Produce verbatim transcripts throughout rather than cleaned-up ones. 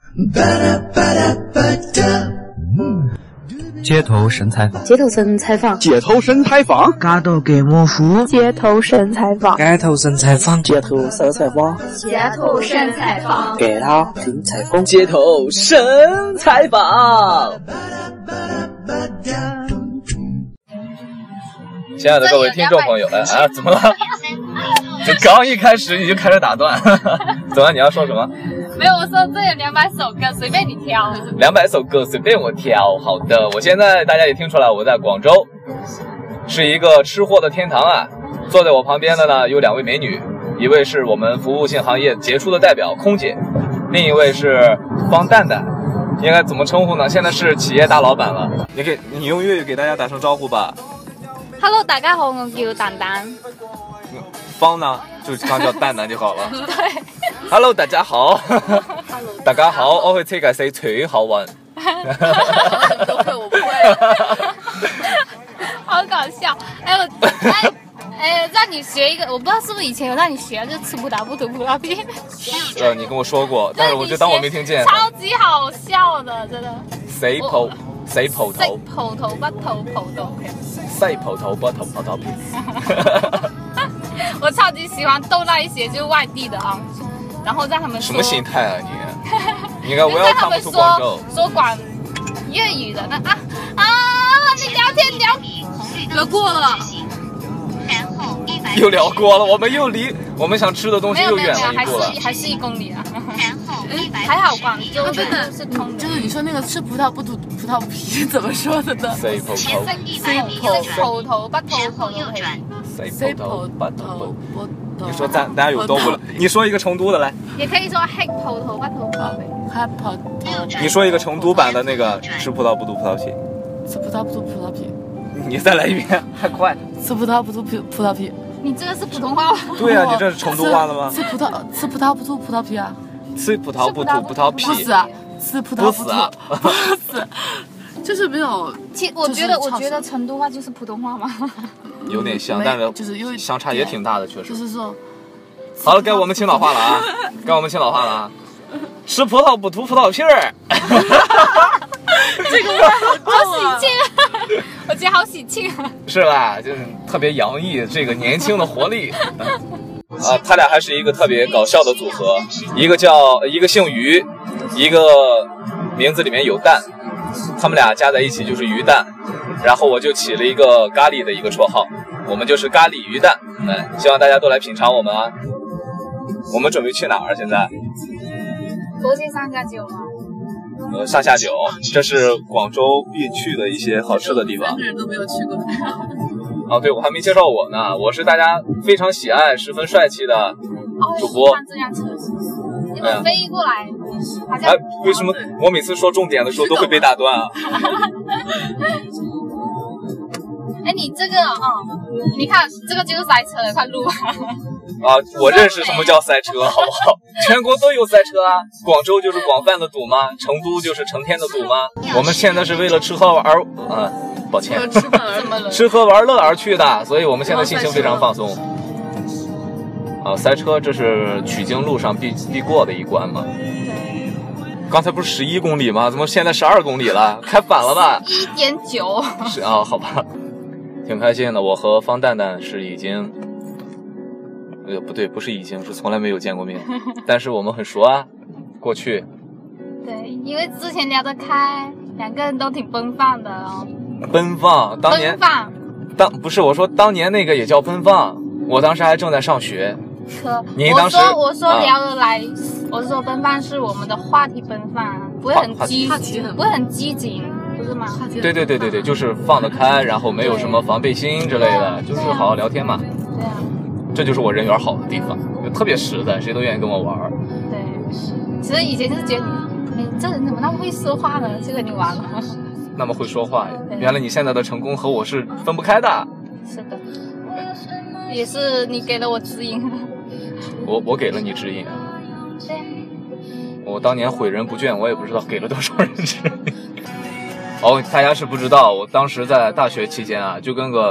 街头神采访， 街头神采访， 街头神采访， 街头给我服， 街头神采访， 街头神采访， 街头神采访， 街头神采访， 街头神采访， 街头神采访。亲爱的各位听众朋友，哎啊，怎么了？就刚一开始你就开始打断，怎么？你要说什么？ 没有，我说这有两百首歌，随便你挑。 两百首歌随便我挑。好的，我现在大家也听出来，我在广州，是一个吃货的天堂啊。坐在我旁边的呢有两位美女，一位是我们服务性行业杰出的代表空姐，另一位是方蛋蛋。应该怎么称呼呢？现在是企业大老板了。你给你用粤语给大家打声招呼吧。 Hello， 大家好，我叫蛋蛋。 方呢，就刚叫蛋蛋就好了。 对。 Hello， 大家好。Hello， 大家好，我去設計師徐浩雲。 不會，我不會。好搞笑！哎，我哎哎，让你学一个，我不知道是不是以前有让你学，就吃葡萄不吐葡萄皮。 呃，你跟我说过，但是我就当我没听见。 超级好笑的，真的。 死葡死葡萄。 食葡萄不吐葡萄皮。 食葡萄不吐葡萄皮。 我超级喜欢逗那一些就是外地的啊，然后让他们说什么心态啊你？你看我要看不出广州说广粤语的那啊啊，你聊天聊聊过了， 又聊过了，我们又离我们想吃的东西又远了一步了， 还是还是一公里啊。还好广州的是通的， 就是你说那个吃葡萄不吐葡萄皮怎么说的呢？ 食葡萄， 食葡萄不吐葡萄皮。 食葡萄不吐葡萄。你说咱大家有多无聊？你说一个成都的来。 也可以说吃葡萄不吐葡萄皮。 吃葡萄。 你说一个成都版的那个吃葡萄不吐葡萄皮。 吃葡萄不吐葡萄皮。 你再来一遍，太快。 吃葡萄不吐葡葡萄皮。 你这个是普通话吗？ 对啊，你这是成都话的吗？ 吃葡萄吃葡萄不吐葡萄皮啊。 吃葡萄不吐葡萄皮。 不是啊，吃葡萄不吐。不是，就是没有。 其我觉得，我觉得成都话就是普通话嘛。 有点像，但是就是有相差也挺大的，确实。 就是说， 好了，该我们青岛话了啊，该我们青岛话了啊。吃葡萄不吐葡萄皮儿。 这个味好喜庆啊！我觉得好喜庆啊。 是吧？就是特别洋溢这个年轻的活力。啊，他俩还是一个特别搞笑的组合，一个叫一个姓于，一个名字里面有蛋，他们俩加在一起就是鱼蛋，然后我就起了一个咖喱的一个绰号，我们就是咖喱鱼蛋。哎，希望大家都来品尝我们啊。我们准备去哪儿？现在？ 国际上下九吗？ 呃，上下九，这是广州必去的一些好吃的地方。 三个人都没有去过。 哦，对，我还没介绍我呢，我是大家非常喜爱、十分帅气的主播。 哦，这辆车，你们飞过来，好像。 哎，为什么我每次说重点的时候都会被打断啊？ 哎，你这个啊、哦，你看这个就是塞车，快录啊！ 啊，我认识什么叫塞车，好不好？全国都有塞车啊，广州就是广泛的堵吗？成都就是成天的堵吗？我们现在是为了吃喝玩儿，啊，抱歉，吃喝玩乐而去的，所以我们现在心情非常放松。啊，塞车这是取经路上必必过的一关嘛。刚才不是十一公里吗？怎么现在十二公里了？开反了吧？ 一点九。 是啊，好吧，挺开心的。我和方蛋蛋是已经。呃，不对，不是已经，是从来没有见过面，但是我们很熟啊，过去。 对，因为之前聊得开，两个人都挺奔放的哦。 奔放，当年。 奔放。 当不是我说，当年那个也叫奔放，我当时还正在上学。 可你当时我说我说聊得来， 啊、 我是说奔放是我们的话题奔放，不会很激，不会很激进，不是吗？ 对对对对对，就是放得开，然后没有什么防备心之类的，就是好好聊天嘛。 对啊。 这就是我人缘好的地方，就特别实在，谁都愿意跟我玩。 对，其实以前就是觉得你，你这人怎么那么会说话呢？就跟你玩了。 那么会说话，原来你现在的成功和我是分不开的。 是的，也是你给了我指引。 我我给了你指引啊。 对。 我当年诲人不倦，我也不知道给了多少人指引。哦，大家是不知道，我当时在大学期间啊，就跟个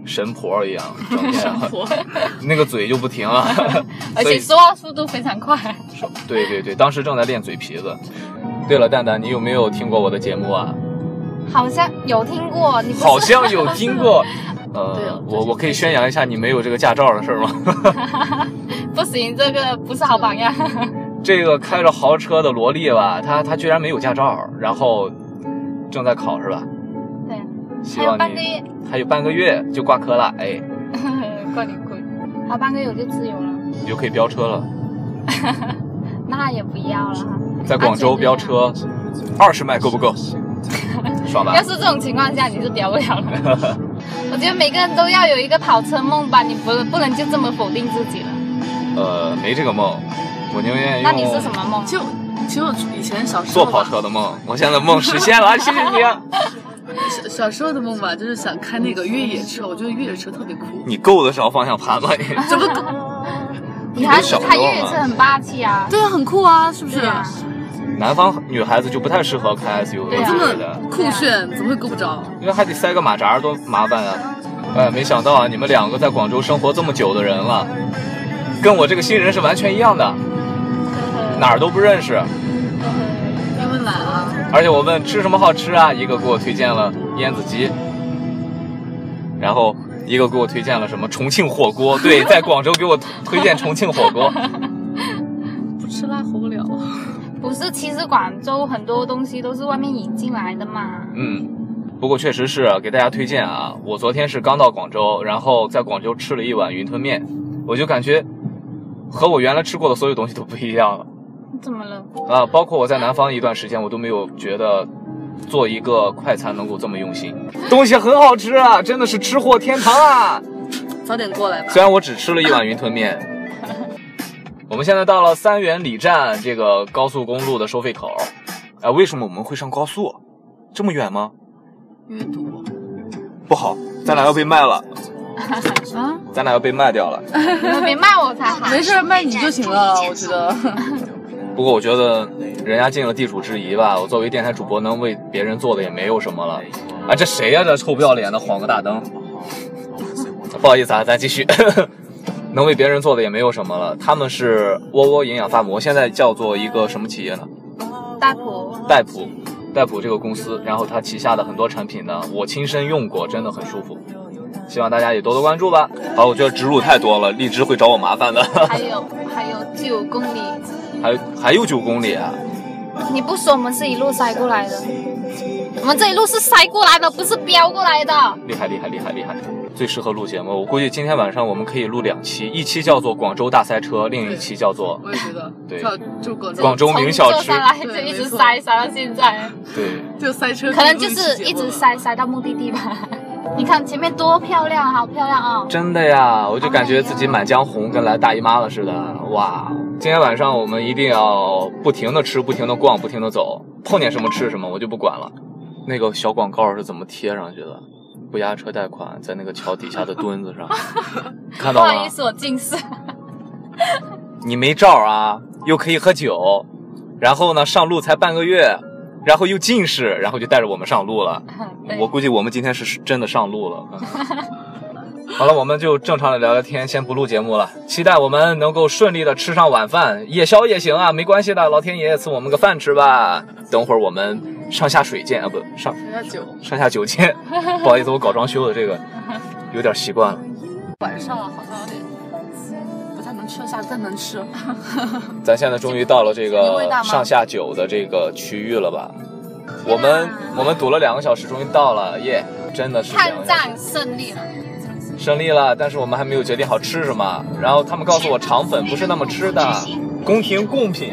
神婆一样，整天那个嘴就不停了， 而且说话速度非常快。 对对对，当时正在练嘴皮子。对了，蛋蛋，你有没有听过我的节目啊？ 好像有听过，你不是好像有听过。呃， 对我我可以宣扬一下你没有这个驾照的事吗？ 不行，这个不是好榜样。 这个开着豪车的萝莉吧，她她居然没有驾照，然后正在考是吧？ 对， 希望你还有半个月， 还有半个月就挂科了，哎， 怪你鬼，还有半个月我就自由了， 你就可以飙车了。 那也不要了哈。 在广州飙车，二十迈够不够？爽吧？ 要是这种情况下，你是飙不了了。我觉得每个人都要有一个跑车梦吧，你不不能就这么否定自己了。 呃，没这个梦，我宁愿用。 那你是什么梦？ 就其实我以前小时候坐跑车的梦，我现在梦实现了，谢谢你啊。 小小时候的梦吧，就是想开那个越野车，我觉得越野车特别酷。 你够得着方向盘吗？你怎么够？ 你还是开越野车很霸气啊！ 对啊，很酷啊，是不是？ 啊、 南方女孩子就不太适合开 S U V 之类的， 酷炫怎么会够不着？ 因为还得塞个马扎，多麻烦啊！哎，没想到啊，你们两个在广州生活这么久的人了，跟我这个新人是完全一样的，哪儿都不认识。 因为懒啊。 而且我问吃什么好吃啊，一个给我推荐了烟子鸡，然后一个给我推荐了什么重庆火锅。对，在广州给我推荐重庆火锅。 不吃辣活不了。 不是，其实广州很多东西都是外面引进来的嘛。 嗯，不过确实是给大家推荐啊。我昨天是刚到广州，然后在广州吃了一碗云吞面，我就感觉和我原来吃过的所有东西都不一样了。 怎么了？ 啊，包括我在南方一段时间，我都没有觉得做一个快餐能够这么用心。东西很好吃啊，真的是吃货天堂啊！ 早点过来吧。 虽然我只吃了一碗云吞面。我们现在到了三元里站这个高速公路的收费口。啊，为什么我们会上高速？这么远吗？ 阅读不好，咱俩要被卖了。 啊， 咱俩要被卖掉了。 你们别卖我才好。 没事，卖你就行了，我觉得。 不过我觉得人家尽了地主之谊吧，我作为电台主播能为别人做的也没有什么了。啊，这谁呀、啊？这臭不要脸的，晃个大灯。不好意思啊，咱继续。能为别人做的也没有什么了。他们是窝窝营养发膜，现在叫做一个什么企业呢？ 戴普。 戴普，戴普这个公司，然后它旗下的很多产品呢，我亲身用过，真的很舒服。希望大家也多多关注吧。好，我觉得植入太多了，荔枝会找我麻烦的。 还有还有九公里。 还有还有九公里啊！ 你不说我们是一路塞过来的，我们这一路是塞过来的，不是飙过来的。 厉害厉害厉害厉害！最适合录节目，我估计今天晚上我们可以录两期，一期叫做广州大塞车，另一期叫做我也觉得对， 就广州广州名小吃， 就一直塞塞到现在。 对， 就塞车， 可能就是一直塞塞到目的地吧。你看前面多漂亮，好漂亮啊、哦！ 真的呀，我就感觉自己满江红，跟来大姨妈了似的。哇，今天晚上我们一定要不停的吃，不停的逛，不停的走，碰见什么吃什么，我就不管了。那个小广告是怎么贴上去的？不押车贷款，在那个桥底下的墩子上，看到吗？ 不好意思，我近视。 你没照啊，又可以喝酒，然后呢，上路才半个月。然后又近视，然后就带着我们上路了。我估计我们今天是真的上路了。好了，我们就正常的聊聊天，先不录节目了。期待我们能够顺利的吃上晚饭，夜宵也行啊，没关系的，老天爷爷赐我们个饭吃吧。等会儿我们上下水见啊，不上上下酒， 上下酒见。不好意思，我搞装修的这个有点习惯了。 晚上好像有点不太能吃，下次再能吃。 咱现在终于到了这个上下九的这个区域了吧？我们我们堵了两个小时，终于到了，耶、yeah, ！真的是抗战胜利了， 胜利了，但是我们还没有决定好吃什么。然后他们告诉我肠粉不是那么吃的，宫廷贡品，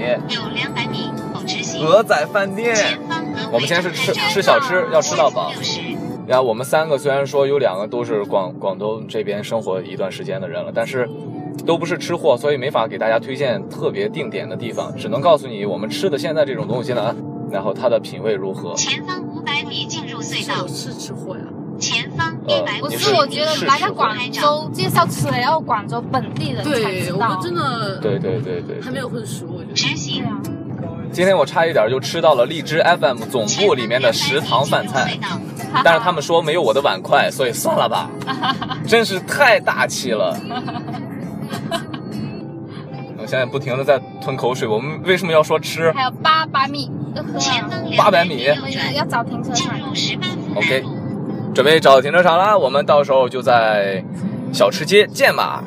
鹅仔饭店。我们现在是吃吃小吃，要吃到饱。然后我们三个虽然说有两个都是广广东这边生活一段时间的人了，但是都不是吃货，所以没法给大家推荐特别定点的地方，只能告诉你我们吃的现在这种东西呢，然后它的品味如何。 前方五百米进入隧道。 是吃货呀。 前方一百米。 不是，我觉得来到广州介绍吃也要广州本地人才知道。 对，我们真的对对对对， 还没有混熟，我觉得。 直行。 今天我差一点就吃到了荔枝 F M 总部里面的食堂饭菜，但是他们说没有我的碗筷，所以算了吧。真是太大气了。我现在不停的在吞口水。我们为什么要说吃？ 还有八百米都喝了。 八百米。 要找停车场。 OK， 准备找停车场啦，我们到时候就在小吃街见吧。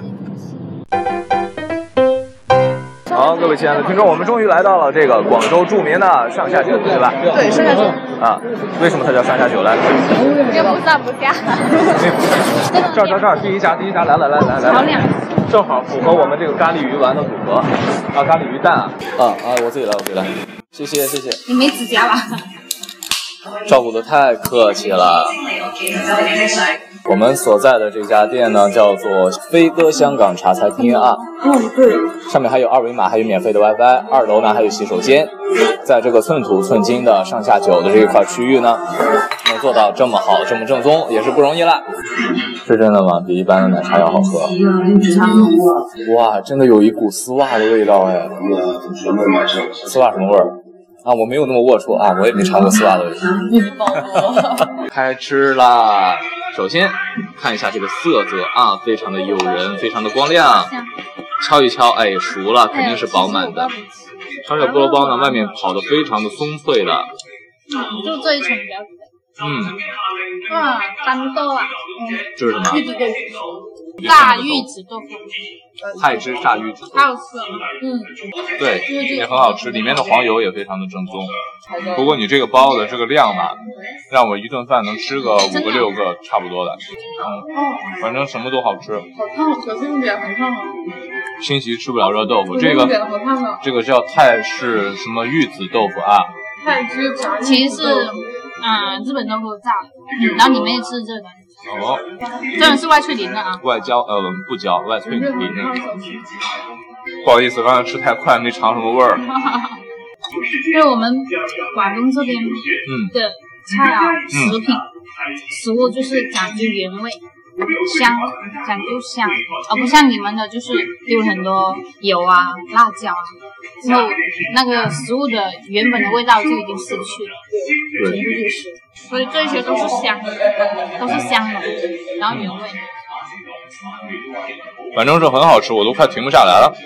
好，各位亲爱的听众，我们终于来到了这个广州著名的上下九，对吧？ 对，上下九。 啊，为什么它叫上下九来？ 因为不上不下。 这儿这儿这儿，第一家第一家，来来来来来。 好两。 正好符合我们这个咖喱鱼丸的组合啊，咖喱鱼蛋啊。啊啊，我自己来，我自己来。谢谢谢谢。 你没指甲吧？ 照顾的太客气了。我们所在的这家店呢，叫做飞哥香港茶餐厅啊。 嗯，对。 上面还有二维码，还有免费的 WiFi。二楼呢还有洗手间。在这个寸土寸金的上下九的这一块区域呢，能做到这么好，这么正宗，也是不容易了。是真的吗？比一般的奶茶要好喝。哇，真的有一股丝袜的味道哎。丝袜什么味儿？啊，我没有那么龌龊啊，我也没尝过丝袜的味道。开吃啦！首先看一下这个色泽啊，非常的诱人，非常的光亮。敲一敲，哎，熟了，肯定是饱满的。小小菠萝包呢，外面烤的非常的松脆的。 嗯，就这一层比较。 嗯。 哇，干豆啊！ 这是什么？ 玉子豆腐。炸玉子豆腐。 太汁炸玉子。 好吃。嗯。 对，也很好吃，里面的黄油也非常的正宗。不过你这个包的这个量吧，让我一顿饭能吃个五个六个差不多的。嗯。反正什么都好吃。 好烫，小心点，很烫啊。 新奇吃不了热豆腐，这个这个叫泰式什么玉子豆腐啊？ 泰汁炸。 其实是嗯日本豆腐炸的，嗯，然后里面是这个。 哦。 这个是外脆淋的啊。 外焦呃不焦，外脆淋的。不好意思，刚才吃太快，没尝什么味儿。 因为我们广东这边的菜啊，嗯、食品、食物就是讲究原味。香，讲究香，而不像你们的，就是有很多油啊、辣椒啊，之后那个食物的原本的味道就已经失去了，全部就是，所以这些都是香，都是香的，然后原味。 反正是很好吃，我都快停不下来了。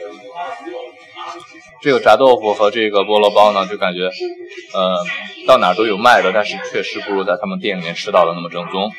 这个炸豆腐和这个菠萝包呢，就感觉，呃，到哪都有卖的，但是确實不如在他們店裡面吃到的那麼正宗。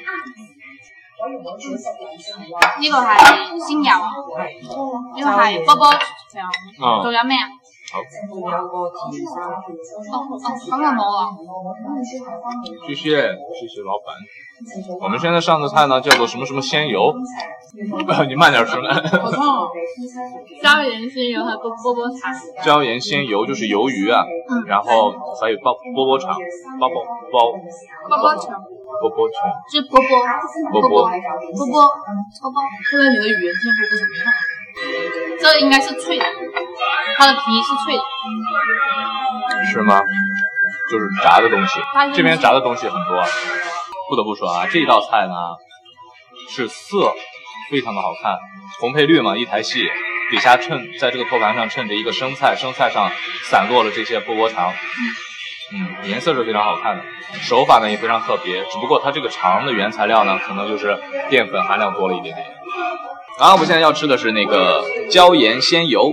呢個係鮮油，呢個係波波醬，仲有咩啊？ 好。 哦哦，咁我冇啊。 謝謝，謝謝老闆。我們現在上的菜呢，叫做什麼什麼鮮油。你慢點說呢。 好痛哦！椒鹽鮮油和波波波腸。 椒鹽鮮油就是魷魚啊，嗯、然後還有波波波腸，包包包。 波波腸。 波波腸。 是波波。 波波。波波。 波波。 看来你的語言天賦不怎麼樣。 這應該是脆的，它的皮是脆的。 是嗎？就是炸的東西，這邊炸的東西很多。不得不說啊，這一道菜呢，是色非常的好看，紅配綠嘛，一台戲，底下襯在這個托盤上襯着一個生菜，生菜上散落了這些波波腸，嗯，顏色是非常好看的，手法呢也非常特別，只不過它這個腸的原材料呢，可能就是澱粉含量多了一點點。然後我們現在要吃的是那個椒鹽鮮油，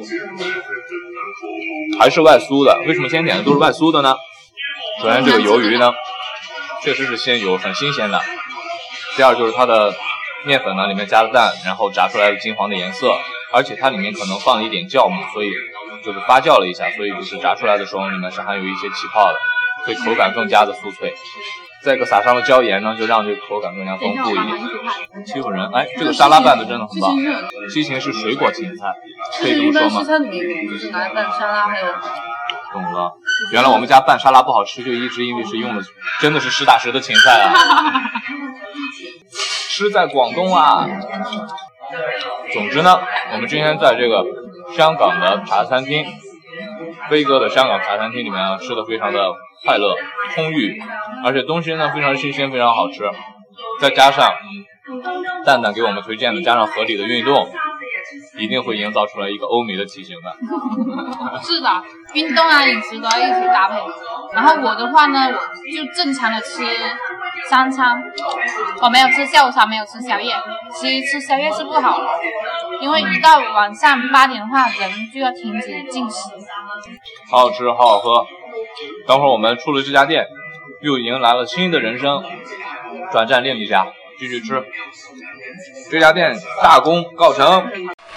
還是外酥的，為什麼今天點的都是外酥的呢？首先這個魷魚呢，確實是鮮油，很新鮮的。第二就是它的麵粉呢，裡面加了蛋，然後炸出來的金黃的顏色，而且它裡面可能放了一點酵母，所以就是發酵了一下，所以就是炸出來的時候裡面是含有一些氣泡的，所以口感更加的酥脆。再一個撒上了椒鹽呢，就讓這個口感更加豐富一點。欺負人，哎，這個沙拉拌的真的很棒。西芹是水果芹菜，可以這麼說嗎？ 西餐裡面可能就是拿來拌沙拉，還有。 懂了，原來我們家拌沙拉不好吃，就一直因為是用的真的是實打實的芹菜啊。吃在廣東啊。總之呢，我們今天在這個香港的茶餐廳，飛哥的香港茶餐廳裡面啊，吃的非常的快樂充裕，而且東西呢非常新鮮，非常好吃，再加上蛋蛋給我們推薦的，加上合理的運動， 一定会营造出来一个欧米的体型的。 是的，运动啊、饮食都要一起搭配。然后我的话呢，我就正常的吃三餐，我没有吃下午茶，没有吃宵夜。其实吃宵夜是不好的，因为一到晚上八点的话，人就要停止进食。 好好吃，好好喝。等会儿我们出了这家店，又迎来了新的人生，转战另一家，继续吃。这家店大功告成。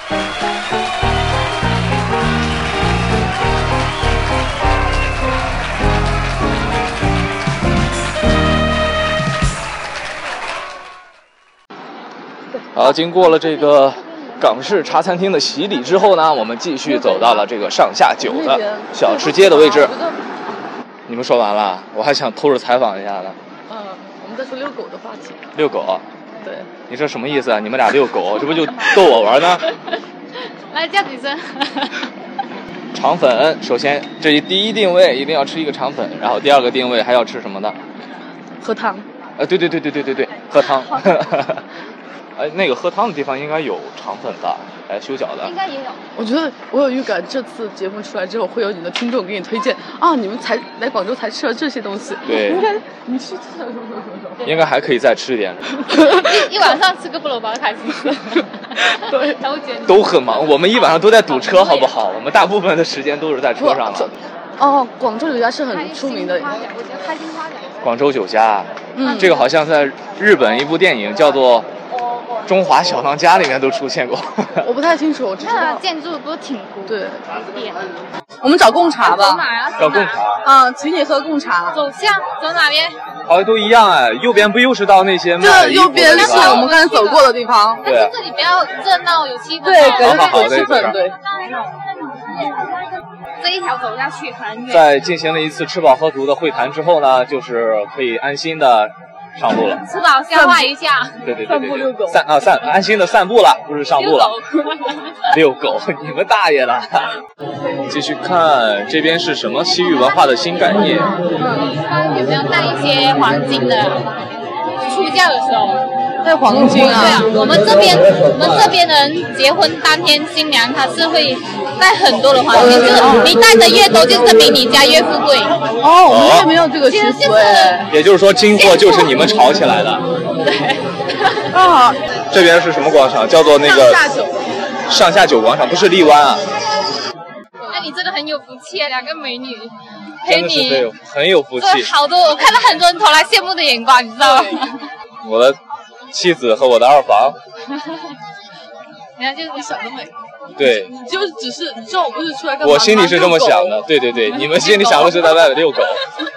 好，经过了这个港式茶餐厅的洗礼之后呢，我们继续走到了这个上下九的小吃街的位置。你们说完了，我还想偷着采访一下呢。 嗯，我们在说遛狗的话题。 遛狗？ 对。 你这什么意思啊？你们俩遛狗，这不就逗我玩呢？ 来叫几声。 肠粉，首先这一第一定位一定要吃一个肠粉，然后第二个定位还要吃什么呢？ 喝汤。 呃，对对对对对对对，喝汤。哎，那个喝汤的地方应该有肠粉吧？哎，修脚的。 应该也有。 我觉得我有预感，这次节目出来之后，会有你的听众给你推荐啊，你们才来广州才吃了这些东西。 对。 应该你去吃了什么什么什么。 应该还可以再吃一点。 一一晚上吃个菠萝包开心死。 对。 都很忙，我们一晚上都在堵车，好不好？我们大部分的时间都是在车上的。 哦，广州有一家是很出名的。 广州酒家。 嗯。 这个好像在日本一部电影叫做《中华小当家》里面都出现过。 我不太清楚，我只知道建筑不是挺古对。我们找贡茶吧。 走哪呀？ 找贡茶。 嗯，请你喝贡茶。 走向走哪边？ 好像都一样哎，右边不又是到那些卖这右边是我们刚才走过的地方。 但是这里比较热闹，有气氛。 对，感觉有气氛。对。 这一条走下去很远。 在进行了一次吃饱喝足的会谈之后呢，就是可以安心的上路了。 吃饱消化一下。 对对对对。 散步遛狗。 散啊散，安心的散步了，不是上路了。遛狗，你们大爷了！继续看这边是什么西域文化的新概念？ 有没有带一些黄金的？出嫁的时候带黄金啊？ 对啊，我们这边我们这边人结婚当天，新娘她是会带很多的黄金，就是你带的越多，就证明你家越富贵。 哦，我们也没有这个习俗哎。 也就是说，金货就是你们炒起来的。 对。 啊。 这边是什么广场？叫做那个。 上下九。 上下九广场，不是荔湾啊。 那你真的很有福气啊，两个美女陪你， 真的是很有福气。 好多，我看到很多人投来羡慕的眼光，你知道吗？ 我的妻子和我的二房。 你看，就是你想得美。 对。 你就只是，你中午不是出来干嘛？ 我心里是这么想的，对对对，你们心里想的是在外面遛狗。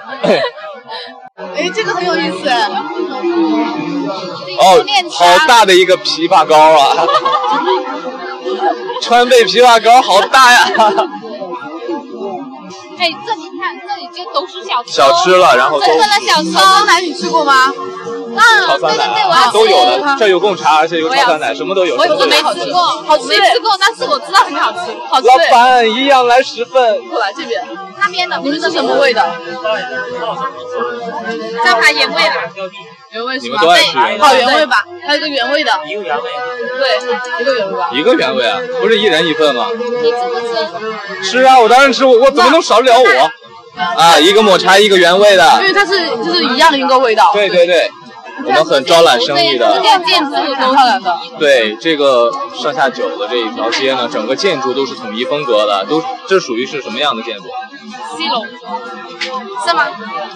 哎，这个很有意思哎。 哦，好大的一个枇杷膏啊！川贝枇杷膏好大呀！ 哎，这里看，这里就都是小吃。 小吃了，然后真的小吃。 炒酸奶你吃过吗？ 啊，对对对，我要吃。 都有的，这有贡茶，而且有炒酸奶，什么都有。 我我没吃过，好吃没吃过，但是我知道很好吃，好吃。 老板，一样来十份。 过来这边。 那边的， 你们是什么味的？ 招牌原味的。 原味是吧？ 好原味吧？还有一个原味的。一个原味。对，一个原味吧。 一个原味啊，不是一人一份吗？ 你吃不吃？ 吃啊，我当然吃，我我怎么能少得了我？啊，一个抹茶，一个原味的。 因为它是就是一样的一个味道。 对对对，我们很招揽生意的。 这件建筑都漂亮的。 对，这个上下九的这一条街呢，整个建筑都是统一风格的，都这属于是什么样的建筑？ 西楼。是吗？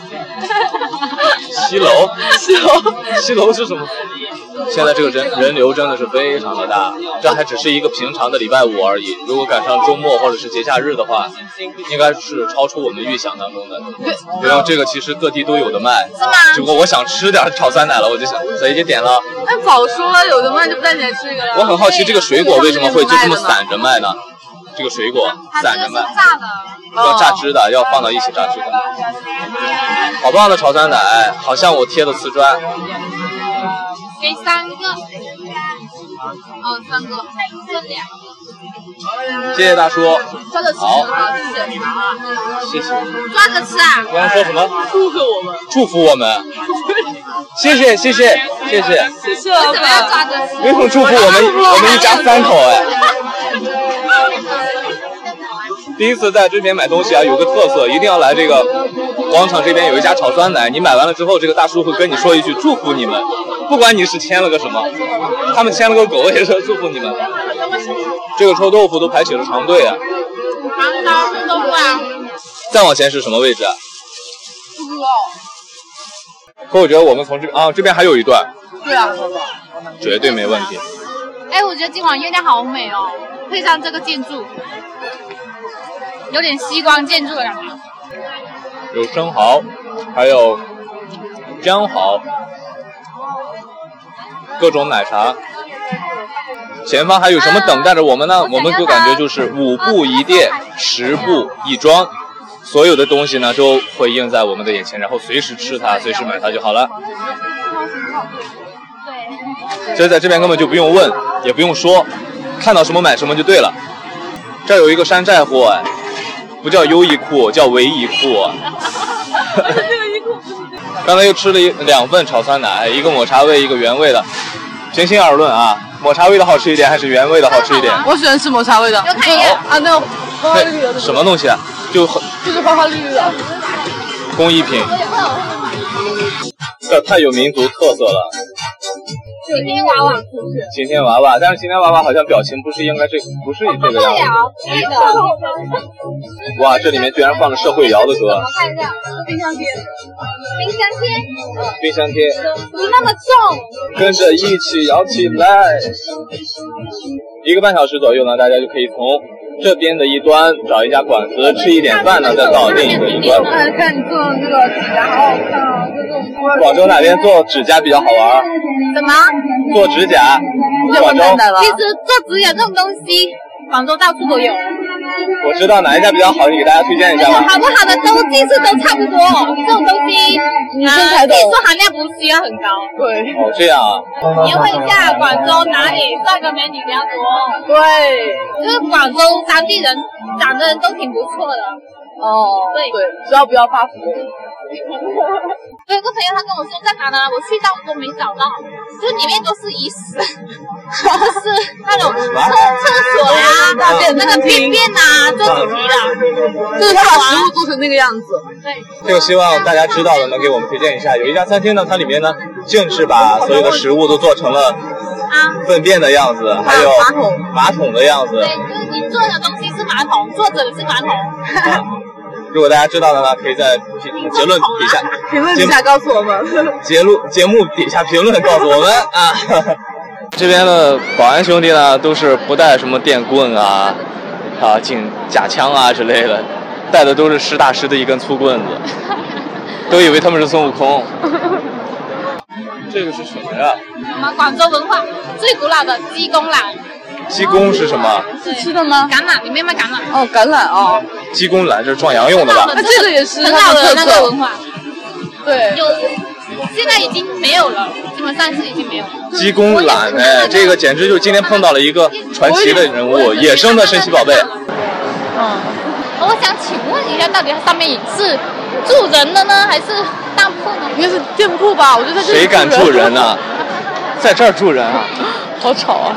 西楼， 西楼， 西楼是什么？现在这个人人流真的是非常的大，这还只是一个平常的礼拜五而已。如果赶上周末或者是节假日的话，应该是超出我们预想当中的。对，然后这个其实各地都有的卖， 是吗？ 只不过我想吃点炒酸奶了，我就想所以就点了。 那早说了，有的卖就不带你来吃一个了。 我很好奇这个水果为什么会就这么散着卖呢？这个水果散着卖， 炸的， 要榨汁的，要放到一起榨汁的。好棒的炒酸奶，好像我贴的瓷砖。 给三个。 哦，三个，这两个。 谢谢大叔。 抓着吃好， 谢谢。 谢谢。 抓着吃啊！ 刚刚说什么？ 祝福我们， 祝福我们。谢谢谢谢谢谢。 谢谢老为什么要抓板。 着吃？ 为什么祝福我们我们一家三口哎？第一次在这边买东西啊，有个特色，一定要来这个广场这边有一家炒酸奶，你买完了之后，这个大叔会跟你说一句祝福你们，不管你是签了个什么，他们签了个狗也是祝福你们。这个臭豆腐都排起了长队啊！ 长刀臭豆腐啊！ 再往前是什么位置啊？ 不知道。 可我觉得我们从这啊这边还有一段， 对啊， 绝对没问题。 哎，我觉得今晚月亮好美哦，配上这个建筑，有点西光建筑的感觉。 有生蚝，还有姜蚝，各种奶茶。前方还有什么等待着我们呢？我们就感觉就是五步一店，十步一庄，所有的东西呢都会映在我们的眼前，然后随时吃它，随时买它就好了。所以在这边根本就不用问，也不用说，看到什么买什么就对了。这儿有一个山寨货哎，不叫优衣库，叫唯衣库。刚才又吃了一两份炒酸奶，一个抹茶味，一个原味的。平心而论啊，抹茶味的好吃一点，还是原味的好吃一点？ 我喜欢吃抹茶味的。 有看一眼啊，那个花花绿绿的。 什么东西啊？就很就是花花绿绿的。 工艺品。这太有民族特色了。 晴天娃娃， 晴天娃娃，但是晴天娃娃好像表情不是应该这不是这个样子。 对的。 哇，这里面居然放了社会摇的歌。 我看一下，冰箱贴，冰箱贴， 冰箱贴， 怎么那么重？ 跟着一起摇起来。一个半小时左右呢，大家就可以从这边的一端找一家馆子吃一点饭呢，再到另一个一端。 看你做的这个指甲好好看啊！ 广州哪边做指甲比较好玩？ 什么？ 做指甲。广州。 其实做指甲这种东西，广州到处都有。 我知道哪一家比较好，你给大家推荐一下吧。 好不好的都技术都差不多，这种东西女生才懂。 技术含量不需要很高。 对。 哦，这样啊。 你要问一下广州哪里帅哥美女比较多？ 对。 就是广州当地人长得都挺不错的。 哦。对对，只要不要发福。 我有个朋友他跟我说在哪呢，我去到都没找到，就是里面都是遗址，就是那种厕厕所呀、大便那个便便呐，做主题的， 就是他把食物做成那个样子。 对， 这个希望大家知道的能给我们推荐一下。有一家餐厅呢，它里面呢竟是把所有的食物都做成了粪便的样子，还有马桶马桶的样子。 对，就是你做的东西是马桶，作者是马桶。 如果大家知道的呢，可以在结论底下评论底下告诉我们。 节目节目底下评论告诉我们啊。这边的保安兄弟呢，都是不带什么电棍啊、啊警假枪啊之类的，带的都是实打实的一根粗棍子，都以为他们是孙悟空。这个是什么呀？ 我们广州文化最古老的鸡公榄。 鸡公是什么？ 是吃的吗？ 橄榄，里面卖橄榄。 哦，橄榄哦。 鸡公榄这是壮阳用的吧？ 那这个也是很老的那个文化。 对。 有，现在已经没有了，基本上是已经没有了。 鸡公榄，哎，这个简直就今天碰到了一个传奇的人物，野生的神奇宝贝。 嗯。我想请问一下，到底它上面是住人的呢，还是当铺呢？ 应该是店铺吧，我觉得这谁敢住人呢？在这儿住人啊？ 好吵啊！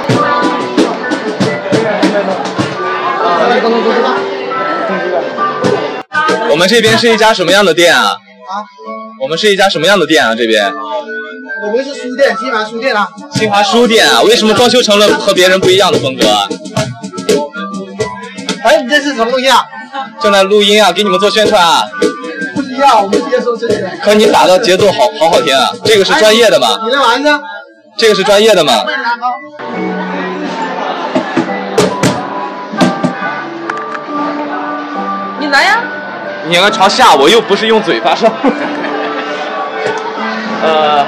我们这边是一家什么样的店啊？啊？我们是一家什么样的店啊？这边？ 我们是书店，新华书店啊。 新华书店啊？为什么装修成了和别人不一样的风格啊？ 哎，你这是什么东西啊？ 正在录音啊，给你们做宣传啊。 不需要，我们直接说这里的。 可你打的节奏好好好听啊！这个是专业的吗？ 你来玩呢？ 这个是专业的吗？ 你来呀！ 你应该朝下，我又不是用嘴发声。呃。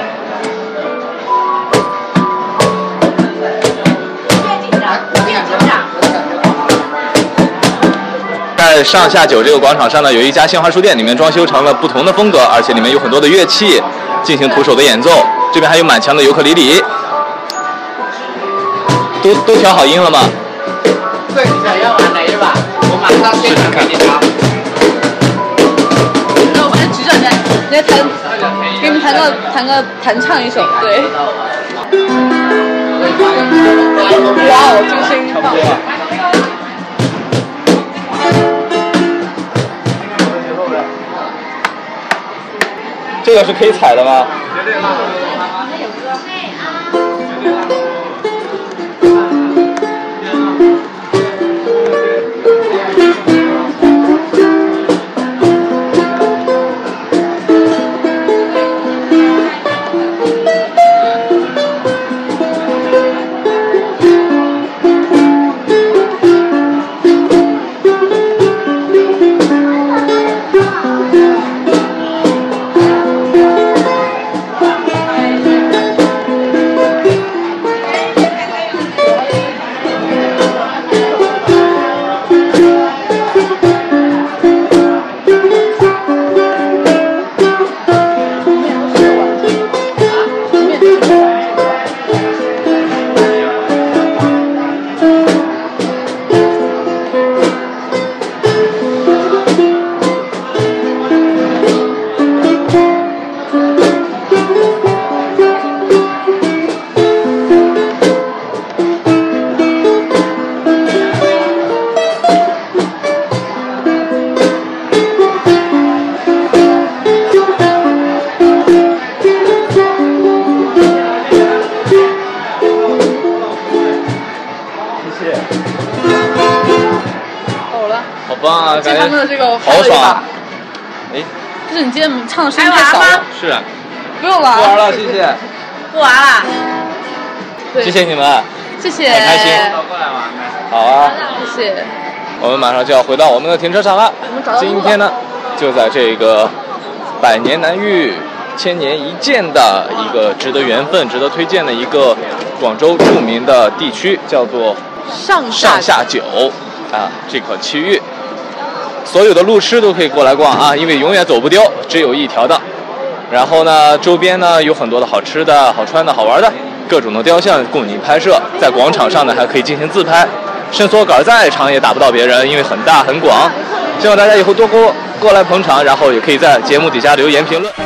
在上下九这个广场上呢，有一家新华书店，里面装修成了不同的风格，而且里面有很多的乐器进行徒手的演奏。这边还有满墙的尤克里里。 都都调好音了吗？ 对，你想要玩哪一把？我马上现场给你调。 那我们来举手，来来弹，给你们弹个弹个弹唱一首，对。哇哦，这个声音棒！ 这个是可以踩的吗？ 这他们的这个好爽！哎， 就是你今天唱的声音太小了。 是啊。 不用玩。 不玩了，谢谢。 不玩了。 谢谢你们。 谢谢。 很开心。好啊。 谢谢。 我们马上就要回到我们的停车场了。今天呢，就在这个百年难遇、千年一见的一个值得缘分、值得推荐的一个广州著名的地区，叫做上上下九啊这个区域。所有的路痴都可以过来逛啊，因为永远走不丢，只有一条道。然后呢，周边呢有很多的好吃的、好穿的、好玩的，各种的雕像供你拍摄。在广场上呢，还可以进行自拍。伸缩杆再长也打不到别人，因为很大很广。希望大家以后多过过来捧场，然后也可以在节目底下留言评论。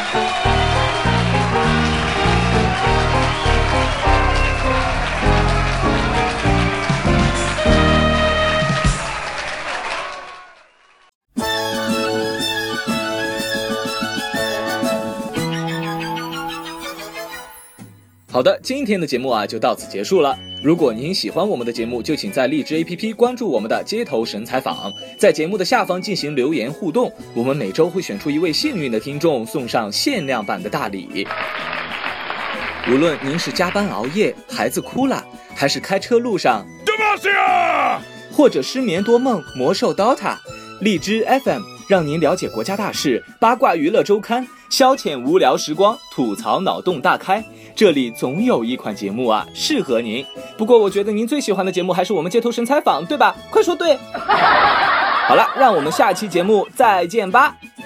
好的，今天的节目啊就到此结束了。如果您喜欢我们的节目，就请在荔枝 A P P 关注我们的街头神采访，在节目的下方进行留言互动，我们每周会选出一位幸运的听众，送上限量版的大礼。无论您是加班熬夜、孩子哭了，还是开车路上，或者失眠多梦、魔兽 D O T A， 荔枝 F M 让您了解国家大事、八卦娱乐周刊，消遣无聊时光，吐槽脑洞大开。这里总有一款节目啊适合您。不过我觉得您最喜欢的节目还是我们街头神采访，对吧？快说对。好了，让我们下期节目再见吧。